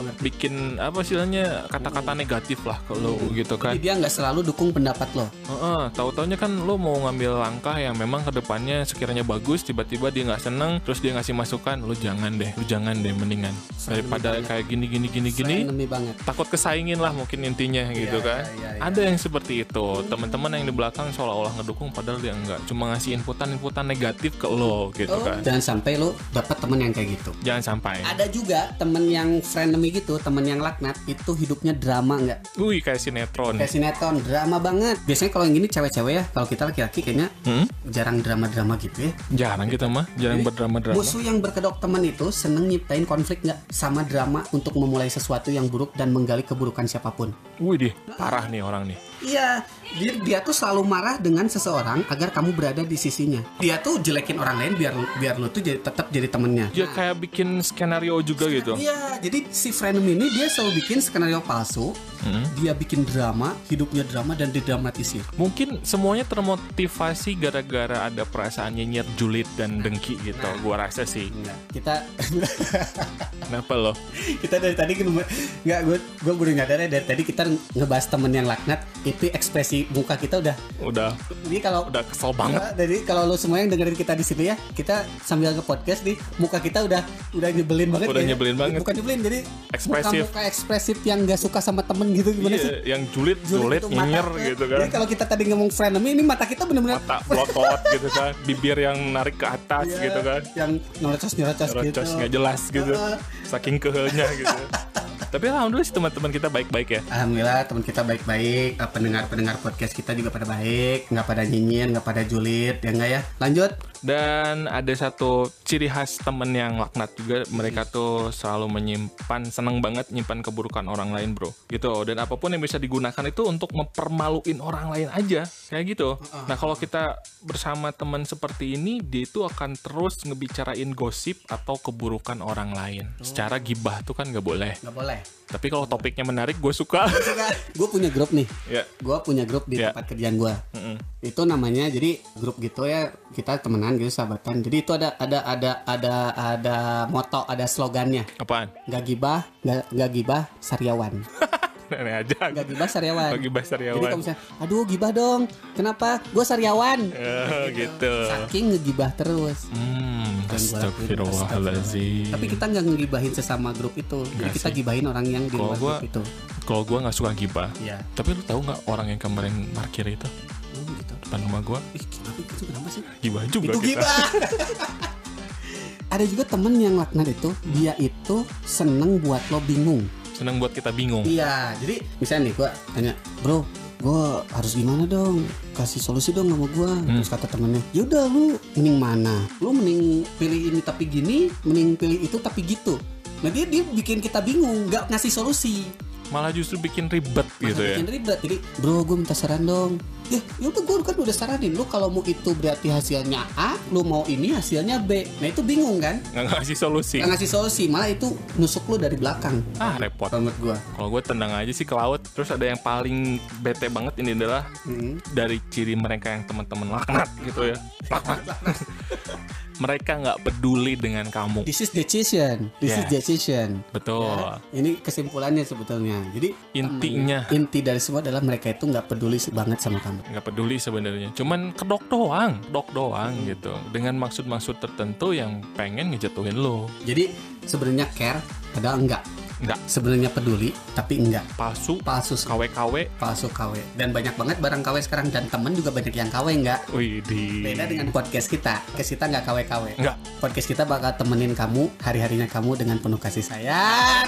Bikin apa sih namanya kata-kata negatif lah kalau hmm. gitu kan. Jadi dia nggak selalu dukung pendapat lo. Uh-uh, tahu-taunya kan lo mau ngambil langkah yang memang kedepannya sekiranya bagus, tiba-tiba dia nggak seneng, terus dia ngasih masukan, lo jangan deh, lo jangan deh mendingan daripada kayak gini gini gini gini. Takut kesaingin lah mungkin intinya gitu ya, kan. Ya, ya, ya. Ada yang seperti itu, teman-teman yang di belakang seolah-olah ngedukung padahal dia enggak, cuma ngasih inputan-inputan negatif ke lo gitu oh, kan. Jangan sampai lo dapat teman yang kayak gitu. Jangan sampai. Ada juga teman yang friend gitu, temen yang laknat itu hidupnya drama nggak? Wih, kayak sinetron. Kayak sinetron, drama banget. Biasanya kalau yang gini cewek-cewek ya, kalau kita laki-laki kayaknya hmm? jarang drama-drama gitu ya. Jarang kita mah, jarang jadi, berdrama-drama. Musuh yang berkedok teman itu seneng nyiptain konflik nggak sama drama untuk memulai sesuatu yang buruk dan menggali keburukan siapapun. Wih deh, parah nih orang nih. Iya, dia, dia tuh selalu marah dengan seseorang agar kamu berada di sisinya. Dia tuh jelekin orang lain biar biar lu tuh jadi, tetap jadi temennya. Dia kayak bikin skenario juga Sken- gitu. Iya, jadi si frenemy ini dia selalu bikin skenario palsu. Hmm. Dia bikin drama, hidupnya drama dan didramatisir. Mungkin semuanya termotivasi gara-gara ada perasaan nyinyir, julid dan dengki gitu. Nah, gua rasa sih. Enggak. Kita Kenapa lo? Kita dari tadi kan enggak gue gue baru nyadar ya dari tadi kita ngebahas temen yang laknat itu ekspresi muka kita udah udah jadi kalau udah kesel banget. Ya, jadi kalau lo semua yang dengerin kita di sini ya, kita sambil nge-podcast nih, muka kita udah udah nyebelin banget. Udah ya. nyebelin banget. Bukan nyebelin, jadi ekspresif. Muka, muka ekspresif yang enggak suka sama temen gitu gimana iya, sih? Yang julid, julid, nyinyir gitu kan. Jadi kalau kita tadi ngomong frenemy ini mata kita benar-benar mata blotot gitu kan, bibir yang narik ke atas iya, gitu kan. Yang nyerocos-nyerocos gitu. Nyerocos enggak jelas gitu. Saking kehelnya gitu. Tapi alhamdulillah sih teman-teman kita baik-baik ya. Alhamdulillah teman kita baik-baik, pendengar-pendengar podcast kita juga pada baik, nggak pada nyinyir, nggak pada julid, ya enggak ya. Lanjut. Dan ada satu ciri khas temen yang laknat juga, mereka tuh selalu menyimpan, seneng banget nyimpan keburukan orang lain, bro. Gitu. Dan apapun yang bisa digunakan itu untuk mempermaluin orang lain aja, kayak gitu. Nah kalau kita bersama teman seperti ini, dia itu akan terus ngebicarain gosip atau keburukan orang lain. Secara gibah tuh kan nggak boleh. Nggak boleh. Tapi kalau topiknya menarik, gue suka. Gue punya grup nih. Yeah. Gue punya grup di yeah. tempat kerjaan gue. Mm-hmm. Itu namanya jadi grup gitu ya, kita temenan gitu, sahabatan. Jadi itu ada ada ada ada ada moto, ada slogannya. Apaan? Gak gibah, gak, gak gibah, sariawan. Nenek aja. Gak gibah sariawan. Gak gibah sariawan. Jadi kalau misalnya, aduh gibah dong. Kenapa? Gue sariawan. Oh, gitu. Saking ngegibah terus. Hmm, astagfirullahaladzim. Tapi kita nggak ngegibahin sesama grup itu. Jadi kita sih. Gibahin orang yang di luar grup itu. Kalau gue nggak suka gibah. Iya. Tapi lu tahu nggak orang yang kemarin parkir itu? Oh, gitu. Depan rumah gue. Ih, kenapa itu? Kenapa sih? Gibah juga itu kita. Gibah. Ada juga temen yang laknat itu, hmm. dia itu seneng buat lo bingung. Seneng buat kita bingung. Iya, jadi misalnya nih gue tanya, bro, gue harus gimana dong, kasih solusi dong sama gue. hmm. Terus kata temennya, yaudah lu mending mana, lu mending pilih ini tapi gini, mending pilih itu tapi gitu. Nah dia, dia bikin kita bingung, gak ngasih solusi, malah justru bikin ribet malah gitu ya. Bikin ribet. Jadi bro gue minta saran dong. Ya yaudah gue kan udah saranin, lu kalau mau itu berarti hasilnya A, lu mau ini hasilnya B. Nah itu bingung kan, Nggak ngasih solusi. nggak ngasih solusi, malah itu nusuk lu dari belakang. Ah repot. Menurut gue. Kalau gue tendang aja sih ke laut. Terus ada yang paling bete banget ini adalah Hmm. dari ciri mereka yang teman-teman laknat gitu ya. Laknat. Mereka nggak peduli dengan kamu. This is decision. This Yeah. is decision. Betul. Ya, ini kesimpulannya sebetulnya. Jadi Intinya. temen- inti dari semua adalah mereka itu nggak peduli banget sama kamu. Nggak peduli sebenarnya. Cuman kedok doang, kedok doang gitu. Dengan maksud-maksud tertentu yang pengen ngejatuhin lo. Jadi sebenarnya care, padahal enggak. Nggak Sebenarnya peduli, tapi enggak. palsu, Palsu, K W K W. palsu K W. Dan banyak banget barang K W sekarang, dan temen juga banyak yang K W enggak. Wih di. Beda dengan podcast kita. Podcast kita nggak K W K W. Nggak. Podcast kita bakal temenin kamu hari-harinya kamu dengan penuh kasih sayang.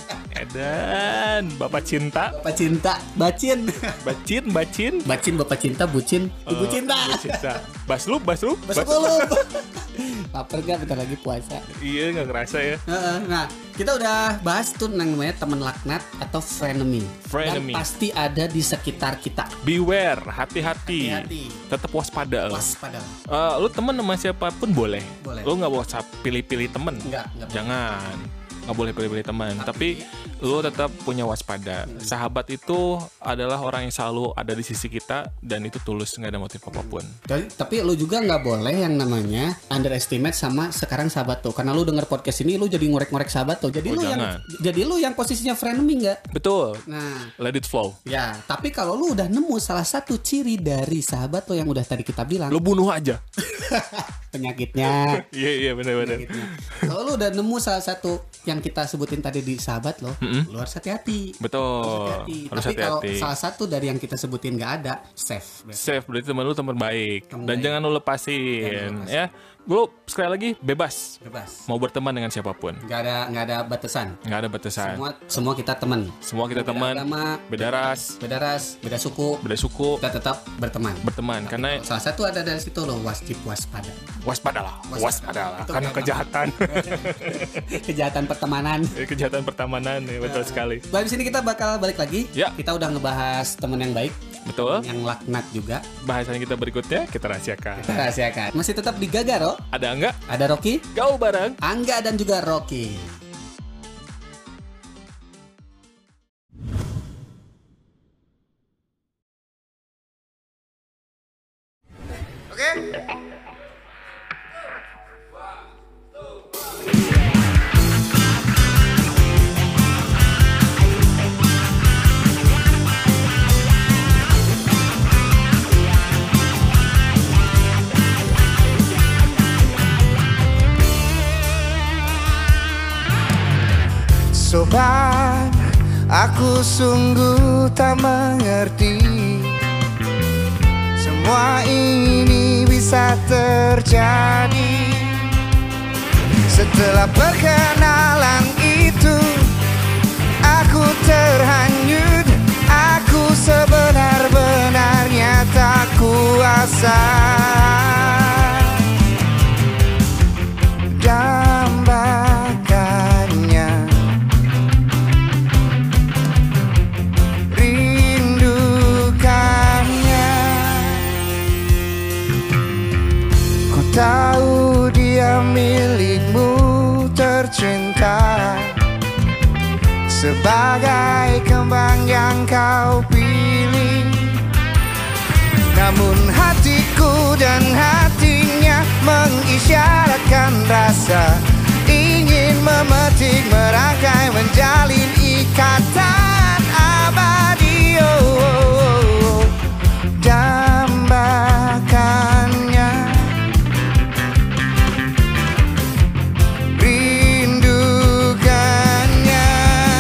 Edan, bapak cinta, Bapak cinta, bacin. bacin, bacin. Bacin bapak cinta, bucin, ibu Eh, cinta. ibu cinta. Baslup, baslup. Masuk Bas- dulu. Lapar gak? Bentar lagi puasa. Iya nggak kerasa ya. Heeh, Nah, kita udah bahas tuh namanya teman laknat atau frenemy. Frenemy. Dan pasti ada di sekitar kita. Beware, hati-hati. Hati-hati. Tetap waspada. lo. Waspada. Eh, lu temen sama siapapun boleh. Boleh. Lu nggak usah pilih-pilih temen. Enggak, enggak. Jangan. Nggak boleh pilih-pilih teman. Tapi lu tetap punya waspada. Sahabat itu adalah orang yang selalu ada di sisi kita dan itu tulus, nggak ada motif apapun. Tapi, tapi lu juga nggak boleh yang namanya underestimate sama sekarang sahabat tuh. Karena lu denger podcast ini, lu jadi ngorek-ngorek sahabat tuh. Jadi Oh, lu yang jangan. jadi lu yang posisinya frenemy nggak? Betul. Nah, Let it flow. ya. Tapi kalau lu udah nemu salah satu ciri dari sahabat lo yang udah tadi kita bilang, Lu bunuh aja. penyakitnya. Iya iya benar-benar. Penyakitnya. Kalau lu udah nemu salah satu yang kita sebutin tadi di sahabat lo, lu harus hati-hati. Betul. Hati-hati. Harus Tapi kalau hati-hati. salah satu dari yang kita sebutin nggak ada, safe. Safe berarti teman lu teman baik. Teman Dan baik. jangan lu lepasin, Jangan lu lepasin. ya. Lu sekali lagi bebas. Bebas. Mau berteman dengan siapapun. Nggak ada nggak ada batasan. Nggak ada batasan. Semua semua kita teman. Semua kita Beda teman. agama, Beda ras, beda ras, beda suku, beda suku, kita tetap berteman. berteman. Karena Salah satu ada dari situ loh, wajib waspada. waspadalah, Waspada. waspadalah. Itu Karena kayak kejahatan, Kejahatan pertemanan. kejahatan pertemanan, ya, betul sekali. Habis ini kita bakal balik lagi. Ya. Kita udah ngebahas teman yang baik, Betul. yang laknat juga. Bahasan kita berikutnya kita rahasiakan. Kita rahasiakan. Masih tetap di Gagaro. Ada enggak? Ada Rocky, Gaul bareng. Angga, dan juga Rocky. Oke? Sobat, aku sungguh tak mengerti semua ini bisa terjadi. Setelah perkenalan itu, aku terhanyut. Aku sebenar-benarnya tak kuasa dambakannya. Rindukannya. Ku tahu dia milikmu tercinta, sebagai kembang yang kau pilih. Namun hatiku dan hatinya mengisyaratkan rasa ingin memetik, merangkai, menjalin ikatan abadi. Oh, oh, oh. Dambakannya, rindukannya.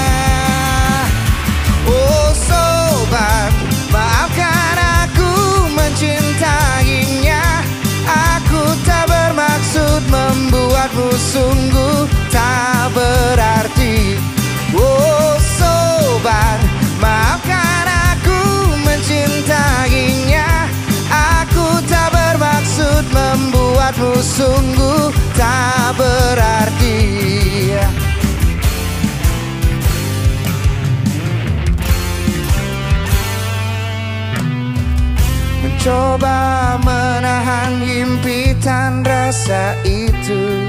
Oh sobat, maafkan aku mencintainya. Aku tak bermaksud membuatmu sungguh tak berarti. Oh sobat, maafkan aku mencintainya. sungguh tak berarti. Mencoba menahan himpitan rasa itu,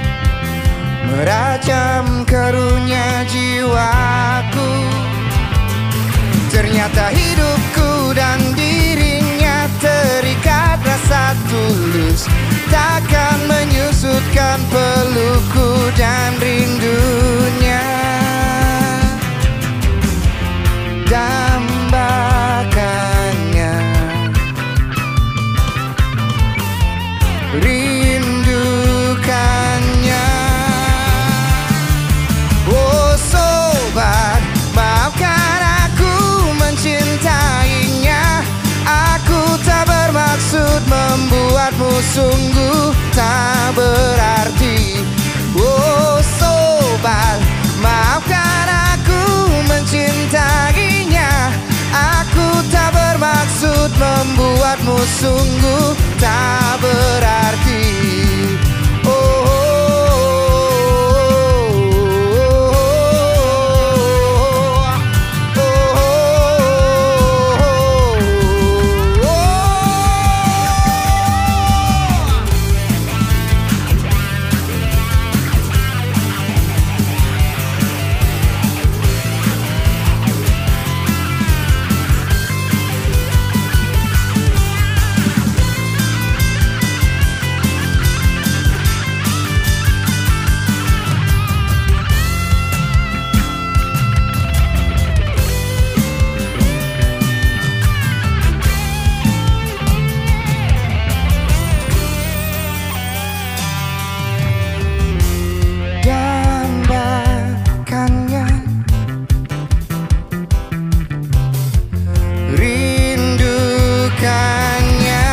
merajam keruhnya jiwaku. Ternyata hidupku dan dirinya terikat rasa tulus, takkan menyusutkan pelukku dan rindunya. Dambakannya, rindukannya. Oh sobat, maafkan aku mencintainya. Aku tak bermaksud membuatmu sungguh tak berarti. Oh sobat, maafkan aku mencintainya. Aku tak bermaksud membuatmu sungguh tak berarti. Oh, oh, oh, oh, oh, oh. Dambakannya, rindukannya.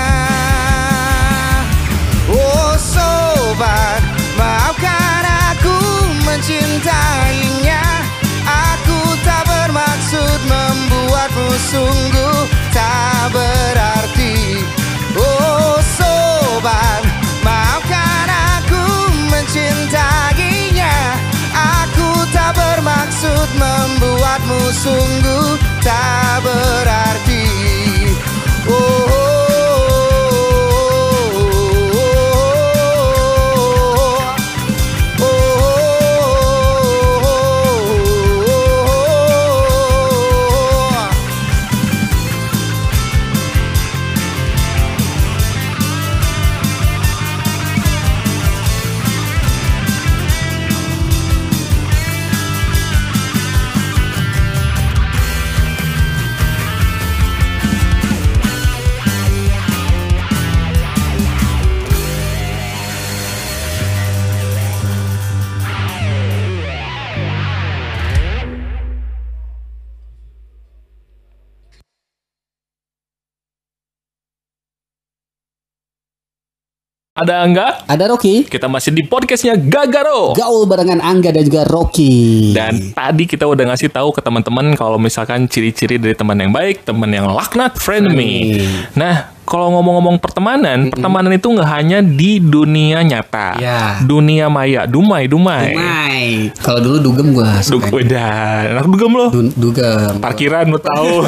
Oh sobat, maafkan aku mencintainya. Aku tak bermaksud membuatmu sungguh tak berarti. Oh sobat, maafkan aku mencintainya. Aku tak bermaksud membuatmu sungguh tak berarti. Oh, oh, oh, oh, oh. Ada Angga, Ada Rocky. kita masih di podcastnya Gagaro. Gaul barengan Angga dan juga Rocky. Dan tadi kita udah ngasih tahu ke teman-teman kalau misalkan ciri-ciri dari teman yang baik, teman yang laknat, frenemy. Nah, kalau ngomong-ngomong pertemanan, mm-hmm. pertemanan itu nggak hanya di dunia nyata, ya. dunia maya, dumai, dumai. Dumai. Kalau dulu dugem gue Dug, udah, anak dugem loh. Du, dugem. Parkiran lo tahu.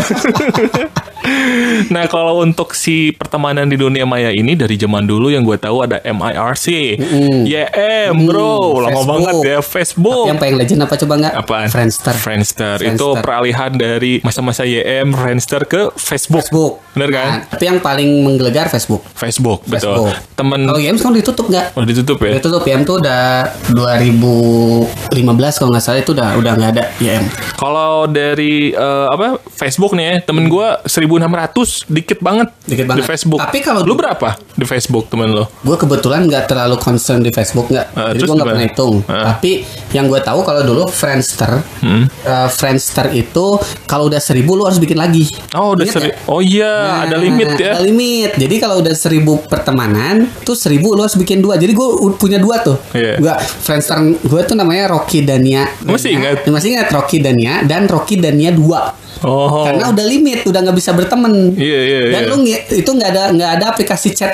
Nah, kalau untuk si pertemanan di dunia maya ini dari zaman dulu yang gue tahu ada M I R C, mm-hmm. Y M, bro, mm, lama Facebook. banget ya, Facebook. Tapi yang paling legend apa coba nggak? Apaan? Friendster. Friendster. Friendster. Itu peralihan dari masa-masa Y M, Friendster ke Facebook. Facebook. Bener kan? Nah, tapi yang paling menggelegar Facebook. Facebook, betul. Facebook. Temen. Kalau Y M sekarang ditutup nggak? Oh, ditutup ya? Ditutup. Y M tuh udah dua ribu lima belas kalau nggak salah itu udah udah nggak ada Y M. Kalau dari uh, apa Facebook nih ya, temen gue seribu enam ratus, dikit banget. Dikit banget. Di Facebook. Tapi kalau lu berapa di Facebook temen lo? Gue kebetulan nggak terlalu concern di Facebook nggak, Uh, jadi gue nggak pernah hitung. Uh. Tapi yang gue tahu kalau dulu Friendster, Hmm. uh, Friendster itu kalau udah seribu lu harus bikin lagi. Oh, udah Ingat seri. ya? Oh iya, Nah, ada limit ya. Ada limit. Jadi kalau udah seribu pertemanan, tuh seribu lu harus bikin dua. Jadi gue punya dua tuh. Iya. Gue Friendster gue tuh namanya Rocky Dania. Masih ingat? Masih ingat Rocky Dania dan Rocky Dania dua. Oh. Karena udah limit, udah nggak bisa berteman. Iya, iya, Dan iya. lu nge- itu nggak ada nggak ada aplikasi chatnya.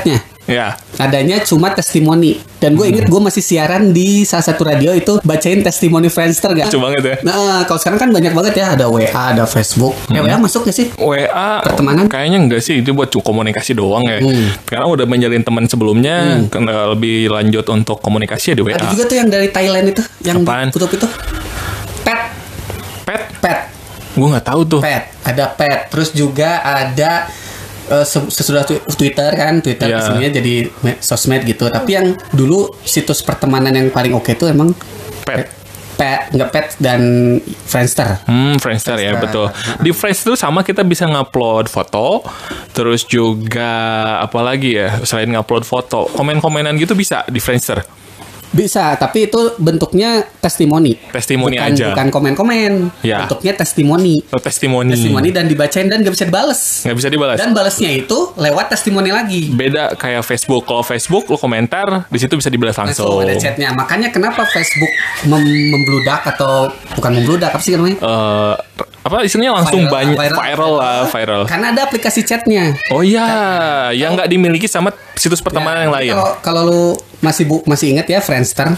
Ya. Adanya cuma testimoni. Dan gue inget gue masih siaran di salah satu radio itu bacain testimoni Friendster gak? Lucu banget ya. Nah, kalau sekarang kan banyak banget ya. Ada W A, ada Facebook. Hmm. Eh, W A masuk gak sih? W A Pertemanan? kayaknya enggak sih, itu buat komunikasi doang ya. Hmm. Karena udah menjalin teman sebelumnya, Hmm. kena lebih lanjut untuk komunikasi ya di W A. Ada juga tuh yang dari Thailand itu, yang Apaan? ditutup itu. Pet, Pet? pet, Gue nggak tahu tuh. pet. Ada pet. Terus juga ada eh, se- sesudah tu- Twitter kan, Twitter Iya. kesininya jadi me- sosmed gitu. Tapi yang dulu situs pertemanan yang paling oke itu emang Pet. pet, nggak pet dan Friendster. Hmm, Friendster ya, betul. Di Friendster tuh sama kita bisa ngupload foto, terus juga apa lagi ya, selain ngupload foto, komen-komenan gitu bisa di Friendster. Bisa, tapi itu bentuknya testimoni. Testimoni bukan, aja. Bukan komen-komen. Ya. Bentuknya testimoni. Oh, testimoni. Testimoni dan dibacain dan gak bisa dibales. Nggak bisa dibalas. Dan balesnya itu lewat testimoni lagi. Beda kayak Facebook. Kalau Facebook lo komentar, di situ bisa dibalas langsung. Langsung ada chatnya. Makanya kenapa Facebook mem- membludak atau bukan membludak apa sih namanya? Eh, apa istilahnya langsung banyak viral, lah, viral. Karena ada aplikasi chatnya. Oh iya, yang nggak dimiliki sama situs pertemanan yang Nah, lain. Kalau kalau lu masih bu, masih ingat ya Friendster,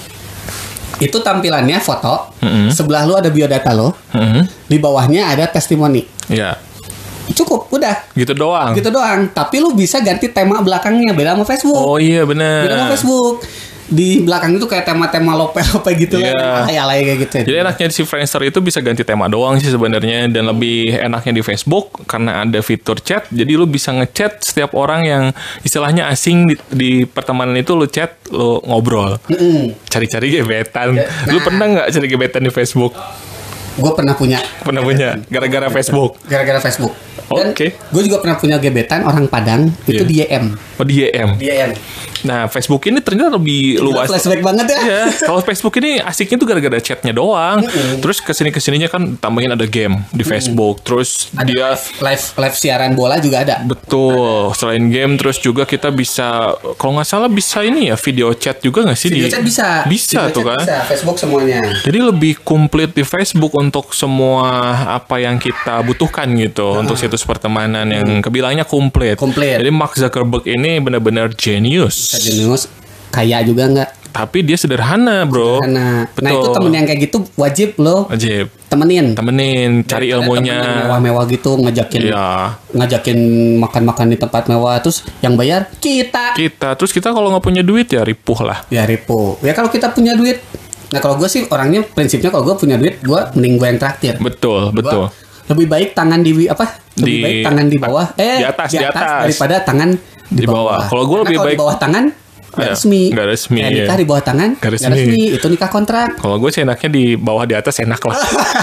itu tampilannya foto, Mm-mm. sebelah lu ada biodata lo, Mhm. di bawahnya ada testimoni. Iya, Cukup, udah. gitu doang. Gitu doang. Tapi lu bisa ganti tema belakangnya, beda sama Facebook. Oh iya Beda sama benar. Facebook. Di belakang itu kayak tema-tema lope-lope gitu Iya. kan. Alay-alay kayak gitu. Jadi enaknya di si Friendster itu bisa ganti tema doang sih sebenarnya, dan lebih enaknya di Facebook karena ada fitur chat. Jadi lu bisa ngechat setiap orang yang istilahnya asing di, di pertemanan itu, lu chat, lu ngobrol. Mm-mm. Cari-cari gebetan. Nah. Lu pernah nggak cari gebetan di Facebook? Gue pernah punya Pernah punya gara-gara Facebook. gara-gara Facebook. Dan Oke. gue juga pernah punya gebetan orang Padang itu Iya. di Y M. Oh di Y M. Di Y M. Nah, Facebook ini ternyata lebih luas. Flashback banget ya. Iya, kalau Facebook ini asiknya tuh gara-gara chatnya doang. Terus kesini kesininya kan tambahin ada game di Facebook. Terus Ada dia live, live live siaran bola juga ada. betul. Selain game, terus juga kita bisa, kalau nggak salah bisa ini ya, video chat juga nggak sih Video di? chat bisa. Bisa Video tuh chat kan. Bisa. Facebook semuanya. Jadi lebih komplit di Facebook untuk semua apa yang kita butuhkan gitu, untuk situs pertemanan yang kebilangnya komplit. Komplit. Jadi Mark Zuckerberg ini benar-benar genius. Jenius kaya juga nggak? Tapi dia sederhana, bro. Karena Betul. nah itu temen yang kayak gitu wajib lo Wajib temenin. temenin, cari Ada temen yang ilmunya. mewah-mewah gitu, ngajakin Iya. ngajakin makan-makan di tempat mewah, terus yang bayar kita. Kita terus kita kalau nggak punya duit ya ripuh lah. Ya ripo. Ya kalau kita punya duit. Nah kalau gue sih orangnya prinsipnya kalau gue punya duit, gue mending gue yang traktir. Betul, Gua betul. lebih baik tangan di apa? Lebih Di- baik tangan di bawah. Eh di atas, di atas. daripada tangan di, Di bawah. Kalau gua Karena lebih kalau baik- di bawah tangan nggak Ada, resmi. nggak resmi, Eh, iya. nikah di bawah tangan Nggak nggak resmi. resmi. Itu nikah kontrak. Kalau gue sih enaknya di bawah di atas enak lah.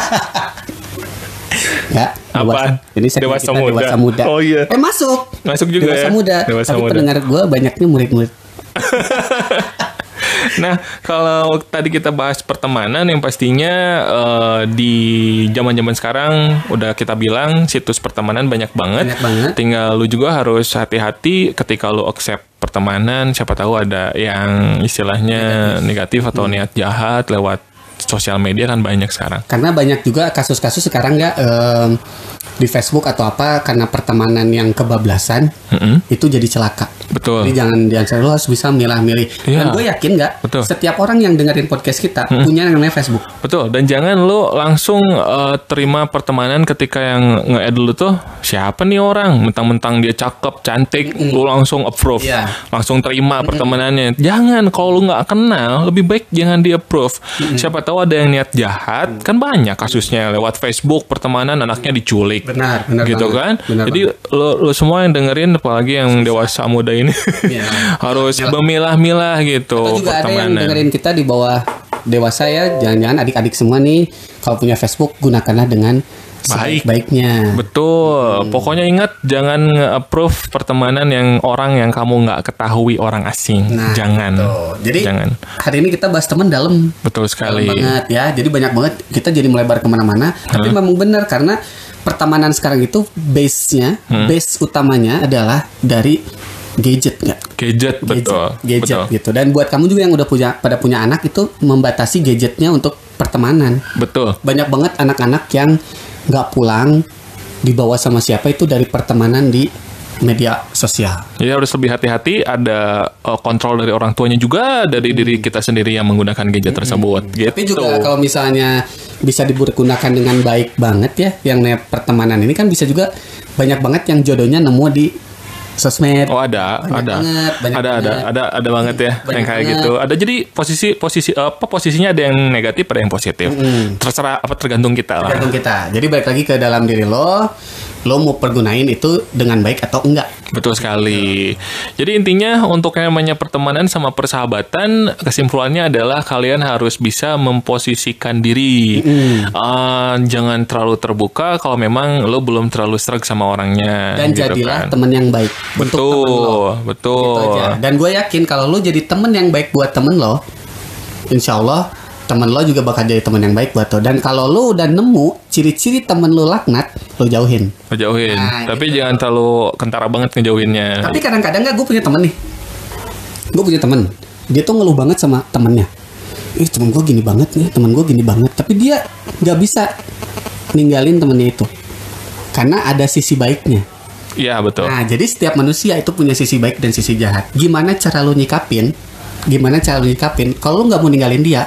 Ya, Apaan? Ini segmen Dewasa kita muda. dewasa muda. Oh, iya. Eh masuk. Masuk juga Dewasa ya? muda. Dewasa Tapi muda. pendengar gue banyaknya murid-murid. Nah, kalau tadi kita bahas pertemanan, yang pastinya eh, di zaman-zaman sekarang udah kita bilang situs pertemanan banyak banget. Banyak banget. Tinggal lu juga harus hati-hati ketika lu accept pertemanan. Siapa tahu ada yang istilahnya negatif, atau niat jahat lewat sosial media, kan banyak sekarang. Karena banyak juga kasus-kasus sekarang nggak em, di Facebook atau apa karena pertemanan yang kebablasan Mm-mm. itu jadi celaka. Betul. Jadi jangan jangan lu harus bisa milah-milih. Iya. Dan gue yakin nggak Betul. setiap orang yang dengerin podcast kita punya yang namanya Facebook. Betul, dan jangan lu langsung eh, terima pertemanan ketika yang nge-add lu tuh siapa nih orang, mentang-mentang dia cakep, cantik, lu langsung approve, Iya. langsung terima pertemanannya. Jangan, kalau lu nggak kenal, lebih baik jangan di approve. Siapa tahu ada yang niat jahat, kan banyak kasusnya lewat Facebook pertemanan anaknya diculik. Benar, benar gitu banget. kan. Benar Jadi lu, lu semua yang dengerin, apalagi yang dewasa muda ini, Iya. harus memilah-milah gitu Atau juga ada yang pertemanan. dengerin kita di bawah dewasa ya, jangan-jangan adik-adik semua nih kalau punya Facebook gunakanlah dengan Baik. baik-baiknya. Betul. Pokoknya ingat, jangan nge-approve pertemanan yang orang yang kamu nggak ketahui, orang asing. Nah, jangan. gitu. Jadi jangan. hari ini kita bahas teman dalam. Betul Dalam sekali. banget ya. Jadi banyak banget kita jadi melebar kemana-mana. Tapi memang benar karena pertemanan sekarang itu base-nya, Hmm. base utamanya adalah dari gadget nggak? Gadget, betul. gadget betul. gitu. Dan buat kamu juga yang udah punya pada punya anak itu membatasi gadgetnya untuk pertemanan. Betul. Banyak banget anak-anak yang nggak pulang dibawa sama siapa itu dari pertemanan di media sosial. Jadi harus lebih hati-hati, ada uh, kontrol dari orang tuanya juga, dari hmm. diri kita sendiri yang menggunakan gadget hmm. tersebut. Gitu. Tapi juga kalau misalnya bisa digunakan dengan baik banget ya, yang pertemanan ini kan bisa juga banyak banget yang jodohnya nemu di sosmed. Oh ada, banyak ada, banget, banyak ada, banget. ada, ada, ada banget ya, banyak yang kayak banget. gitu. Ada jadi posisi, posisi apa posisinya ada yang negatif, ada yang positif. Mm-hmm. Terserah apa tergantung kita lah. Tergantung kita. Jadi balik lagi ke dalam diri lo, lo mau pergunain itu dengan baik atau enggak. Betul sekali. Jadi intinya untuk yang namanya pertemanan sama persahabatan, kesimpulannya adalah kalian harus bisa memposisikan diri. Mm. Uh, jangan terlalu terbuka kalau memang lo belum terlalu sreg sama orangnya. Dan gitu jadilah kan. teman yang baik. Betul, betul. Gitu aja. Dan gue yakin kalau lo jadi temen yang baik buat temen lo, insya Allah temen lo juga bakal jadi temen yang baik buat lo. Dan kalau lo udah nemu ciri-ciri temen lo laknat, lo jauhin. Lo jauhin. Nah, tapi gitu. jangan terlalu kentara banget ngejauhinnya. Tapi kadang-kadang nggak, gue punya temen nih. Gue punya temen. Dia tuh ngeluh banget sama temennya. Eh temen gue gini banget nih, temen gue gini banget. Tapi dia nggak bisa ninggalin temennya itu. Karena ada sisi baiknya. Iya betul. Nah, jadi setiap manusia itu punya sisi baik dan sisi jahat. Gimana cara lo nyikapin? Gimana cara lo nyikapin? Kalau lo nggak mau ninggalin dia,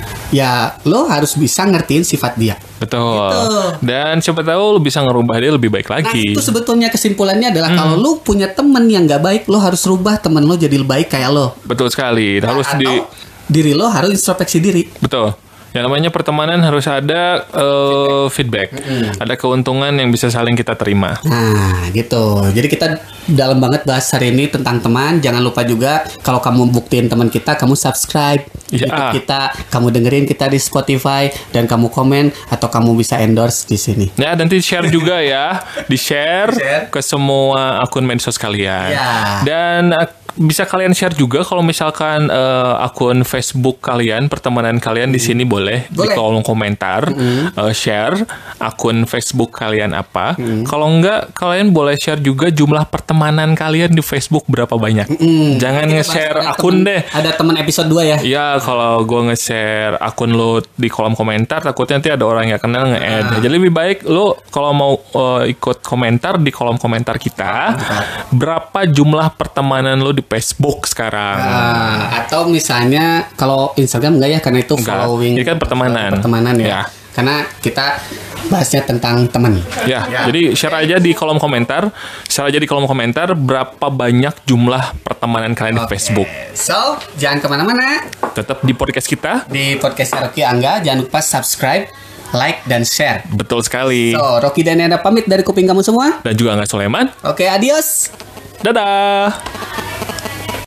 ya lo harus bisa ngertiin sifat dia. Betul. Gitu. Dan siapa tahu lo bisa ngerubah dia lebih baik lagi. Nah, itu sebetulnya kesimpulannya adalah hmm. kalau lo punya temen yang nggak baik, lo harus rubah temen lo jadi baik kayak lo. Betul sekali. Nah, harus atau di diri lo harus introspeksi diri. Betul. Yang namanya pertemanan harus ada uh, feedback, mm-hmm. ada keuntungan yang bisa saling kita terima. Nah, gitu. Jadi kita dalam banget bahas hari ini tentang teman. Jangan lupa juga kalau kamu buktiin teman kita, kamu subscribe ya. YouTube kita, kamu dengerin kita di Spotify, dan kamu komen atau kamu bisa endorse di sini. Ya, nanti share juga ya, di share, Share ke semua akun medsos kalian. Ya. Dan uh, bisa kalian share juga kalau misalkan uh, akun Facebook kalian, pertemanan kalian di sini boleh, boleh. Di kolom komentar mm-hmm. uh, share akun Facebook kalian apa. Mm-hmm. Kalau enggak, kalian boleh share juga jumlah pertemanan kalian di Facebook berapa banyak. Mm-hmm. Jangan Kita nge-share ada akun temen, deh. Ada teman episode dua ya. Ya, kalau gue nge-share akun lo di kolom komentar, takutnya nanti ada orang yang kenal nge-add. Ah. Jadi lebih baik lo kalau mau uh, ikut komentar di kolom komentar kita, ah. berapa jumlah pertemanan lo di Facebook sekarang. Nah, atau misalnya kalau Instagram enggak ya, karena itu enggak. Following. Ini kan pertemanan. Pertemanan ya. ya. Karena kita bahasnya tentang teman. Ya, ya, jadi share aja di kolom komentar. Share aja di kolom komentar berapa banyak jumlah pertemanan kalian okay. di Facebook. So, jangan kemana-mana. Tetap di podcast kita. Di podcast Rocky Angga. Jangan lupa subscribe, like, dan share. Betul sekali. So, Rocky dan Enda pamit dari kuping kamu semua. Dan juga Angga Sulaiman. Oke, okay, adios. Dadah.